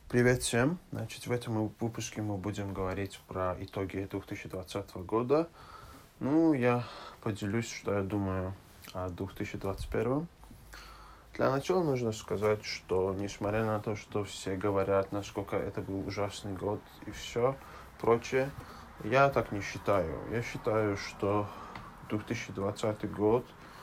Привет всем! Значит, в этом выпуске мы будем говорить про итоги 2020 года. Я поделюсь, что я думаю о 2021. Для начала нужно сказать, что несмотря на то, что все говорят, насколько это был ужасный год и все прочее, я так не считаю. Я считаю, что 2020 год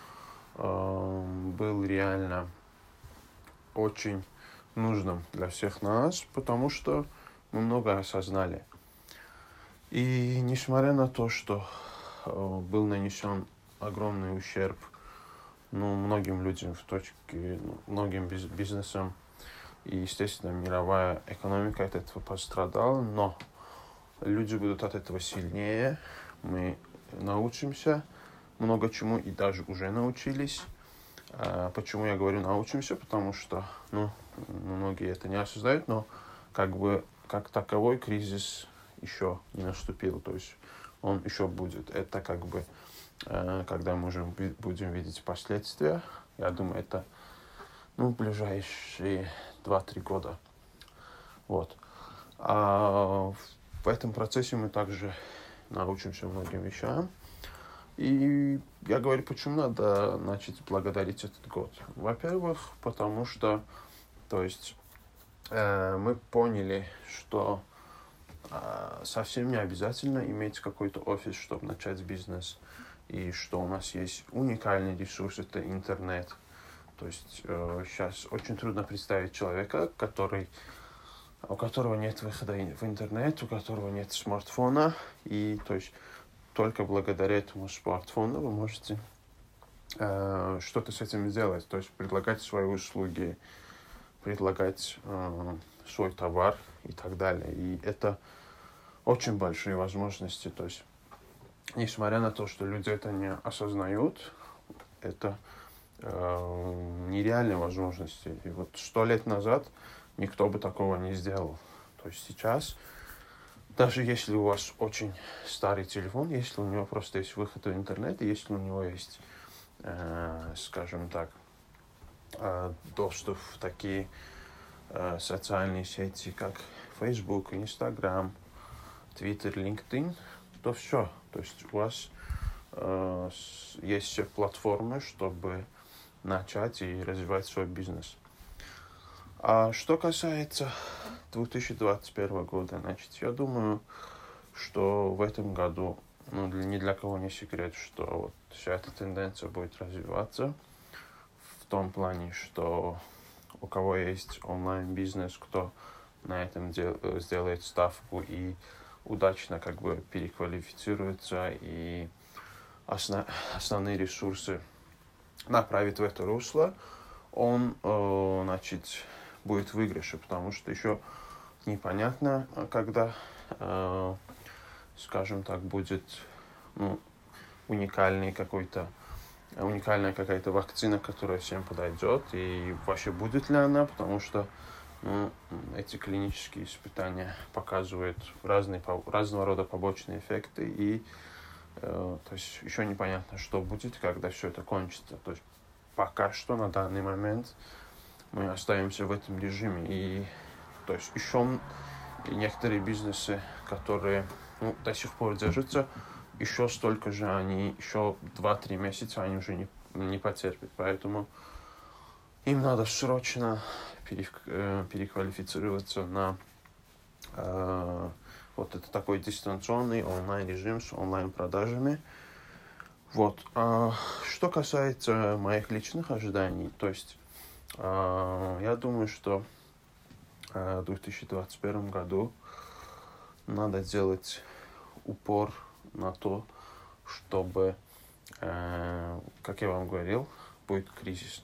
был реально очень нужным для всех нас, потому что мы многое осознали. И несмотря на то, что был нанесен огромный ущерб многим людям многим бизнесам, и, естественно, мировая экономика от этого пострадала, но люди будут от этого сильнее, мы научимся много чему и даже уже научились. Почему я говорю научимся? Потому что, многие это не осознают, но как таковой кризис еще не наступил, то есть он еще будет. Это когда мы уже будем видеть последствия, я думаю, это в ближайшие 2-3 года. Вот. А в этом процессе мы также научимся многим вещам. И я говорю, почему надо начать благодарить этот год. Во-первых, потому что, мы поняли, что совсем не обязательно иметь какой-то офис, чтобы начать бизнес, и что у нас есть уникальный ресурс, это интернет. То есть сейчас очень трудно представить человека, у которого нет выхода в интернет, у которого нет смартфона, и то есть только благодаря этому смартфону вы можете что-то с этим сделать, то есть предлагать свои услуги, предлагать свой товар и так далее. И это очень большие возможности. То есть, несмотря на то, что люди это не осознают, это нереальные возможности. И 100 лет назад никто бы такого не сделал. То есть сейчас, даже если у вас очень старый телефон, если у него просто есть выход в интернет, и если у него есть, скажем так, доступ в такие социальные сети, как Facebook, Instagram, Twitter, LinkedIn, то все. То есть у вас есть все платформы, чтобы начать и развивать свой бизнес. А что касается 2021 года, я думаю, что в этом году, ни для кого не секрет, что вся эта тенденция будет развиваться в том плане, что у кого есть онлайн-бизнес, кто на этом сделает ставку и удачно переквалифицируется и основные ресурсы направит в это русло, он, будет в выигрыше, потому что еще непонятно, когда, скажем так, будет уникальная какая-то вакцина, которая всем подойдет, и вообще будет ли она, потому что эти клинические испытания показывают разного рода побочные эффекты, и то есть еще непонятно, что будет, когда все это кончится. То есть пока что на данный момент мы остаемся в этом режиме, и то есть еще некоторые бизнесы, которые до сих пор держатся, еще столько же еще 2-3 месяца они уже не потерпят. Поэтому им надо срочно переквалифицироваться на это такой дистанционный онлайн-режим с онлайн-продажами. Что касается моих личных ожиданий, то есть я думаю, что в 2021 году надо делать упор на то, чтобы, как я вам говорил, будет кризис.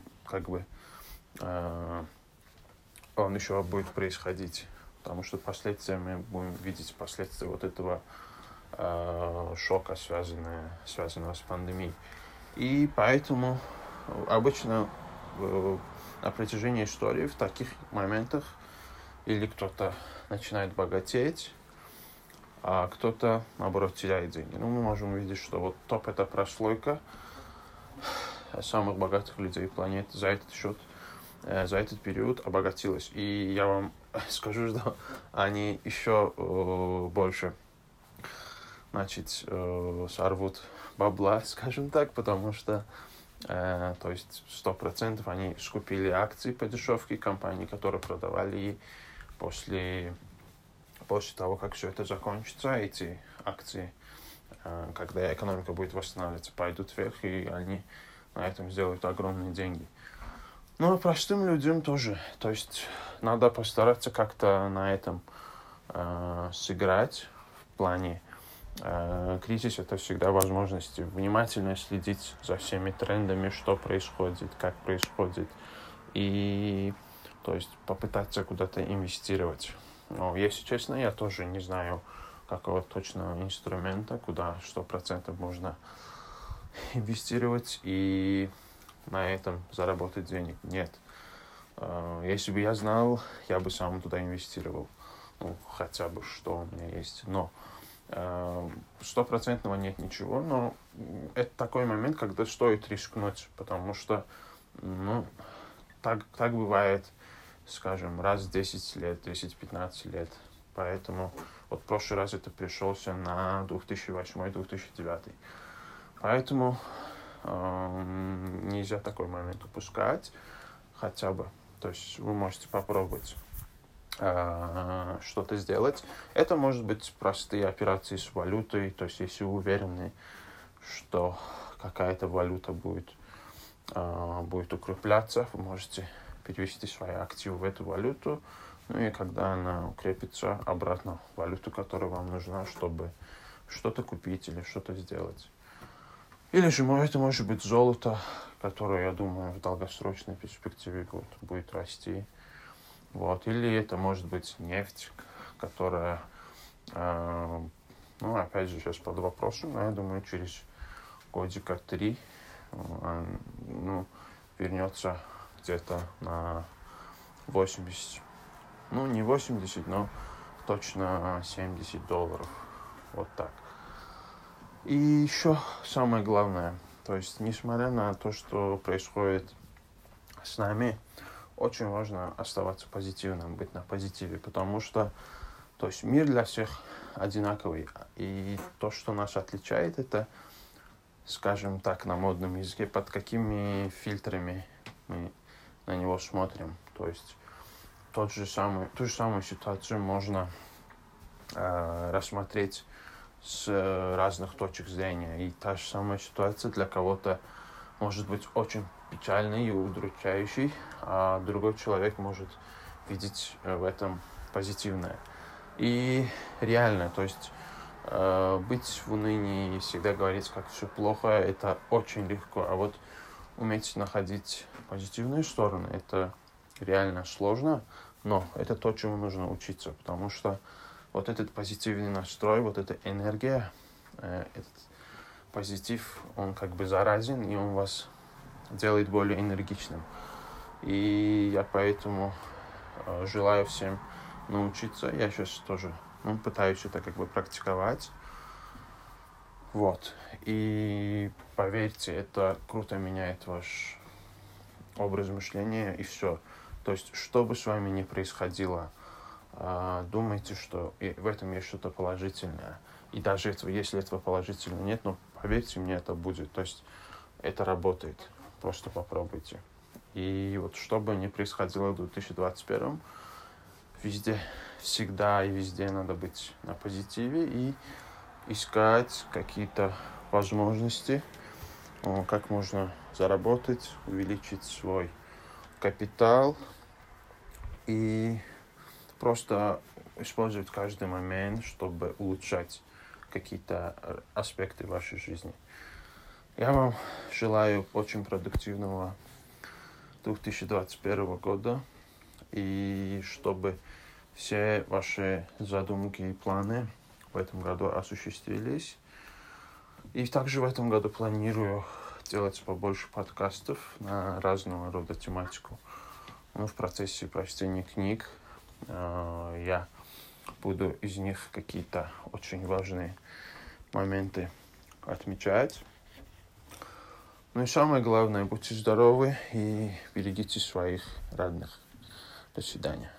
Он еще будет происходить, потому что мы будем видеть последствия этого шока, связанного с пандемией. И поэтому обычно на протяжении истории в таких моментах или кто-то начинает богатеть, а кто-то, наоборот, теряет деньги. Мы можем увидеть, что топ — это прослойка самых богатых людей планеты за этот период обогатилась. И я вам скажу, что они еще больше, значит, сорвут бабла, скажем так, потому что, то есть 100% они скупили акции по дешевке компании, которые продавали, и после того, как все это закончится, эти акции, когда экономика будет восстанавливаться, пойдут вверх, и они на этом сделают огромные деньги. Ну, а простым людям тоже. То есть надо постараться как-то на этом сыграть в плане кризис. Это всегда возможность внимательно следить за всеми трендами, что происходит, как происходит. И то есть попытаться куда-то инвестировать. Но, если честно, я тоже не знаю какого точного инструмента, куда 100% можно инвестировать и на этом заработать денег. Нет. Если бы я знал, я бы сам туда инвестировал. Ну, хотя бы что у меня есть. Но 100% нет ничего. Но это такой момент, когда стоит рискнуть. Потому что, ну, так бывает, скажем, раз в 10 лет, 10-15 лет. Поэтому вот в прошлый раз это пришелся на 2008-2009. Поэтому нельзя такой момент упускать хотя бы. То есть вы можете попробовать что-то сделать. Это может быть простые операции с валютой. То есть если вы уверены, что какая-то валюта будет укрепляться, вы можете перевести свои активы в эту валюту. Ну и когда она укрепится, обратно в валюту, которая вам нужна, чтобы что-то купить или что-то сделать. Или же это может быть золото, которое, я думаю, в долгосрочной перспективе будет расти. Вот. Или это может быть нефть, которая, ну, опять же, сейчас под вопросом, но я думаю, через годика 3 ну, вернется где-то на 80. Ну, не 80, но точно $70. Вот так. И еще самое главное, то есть, несмотря на то, что происходит с нами, очень важно оставаться позитивным, быть на позитиве, потому что, то есть, мир для всех одинаковый. И то, что нас отличает, это, скажем так, на модном языке, под какими фильтрами мы на него смотрим. То есть, ту же самую ситуацию можно рассмотреть с разных точек зрения. И та же самая ситуация для кого-то может быть очень печальной и удручающей, а другой человек может видеть в этом позитивное. И реально, то есть быть в унынии и всегда говорить, как все плохо, это очень легко. А вот уметь находить позитивные стороны, это реально сложно, но это то, чему нужно учиться, потому что вот этот позитивный настрой, вот эта энергия, этот позитив, он как бы заразен, и он вас делает более энергичным. И я поэтому желаю всем научиться. Я сейчас тоже пытаюсь это как бы практиковать. Вот. И поверьте, это круто меняет ваш образ мышления, и все. То есть, что бы с вами ни происходило, думайте, что в этом есть что-то положительное. И даже если этого положительного нет, но поверьте мне, это будет. То есть это работает. Просто попробуйте. И вот что бы ни происходило в 2021, везде, всегда и везде надо быть на позитиве и искать какие-то возможности, как можно заработать, увеличить свой капитал и просто использовать каждый момент, чтобы улучшать какие-то аспекты вашей жизни. Я вам желаю очень продуктивного 2021 года, и чтобы все ваши задумки и планы в этом году осуществились. И также в этом году планирую делать побольше подкастов на разного рода тематику. В процессе прочтения книг я буду из них какие-то очень важные моменты отмечать. Ну и самое главное, будьте здоровы и берегите своих родных. До свидания.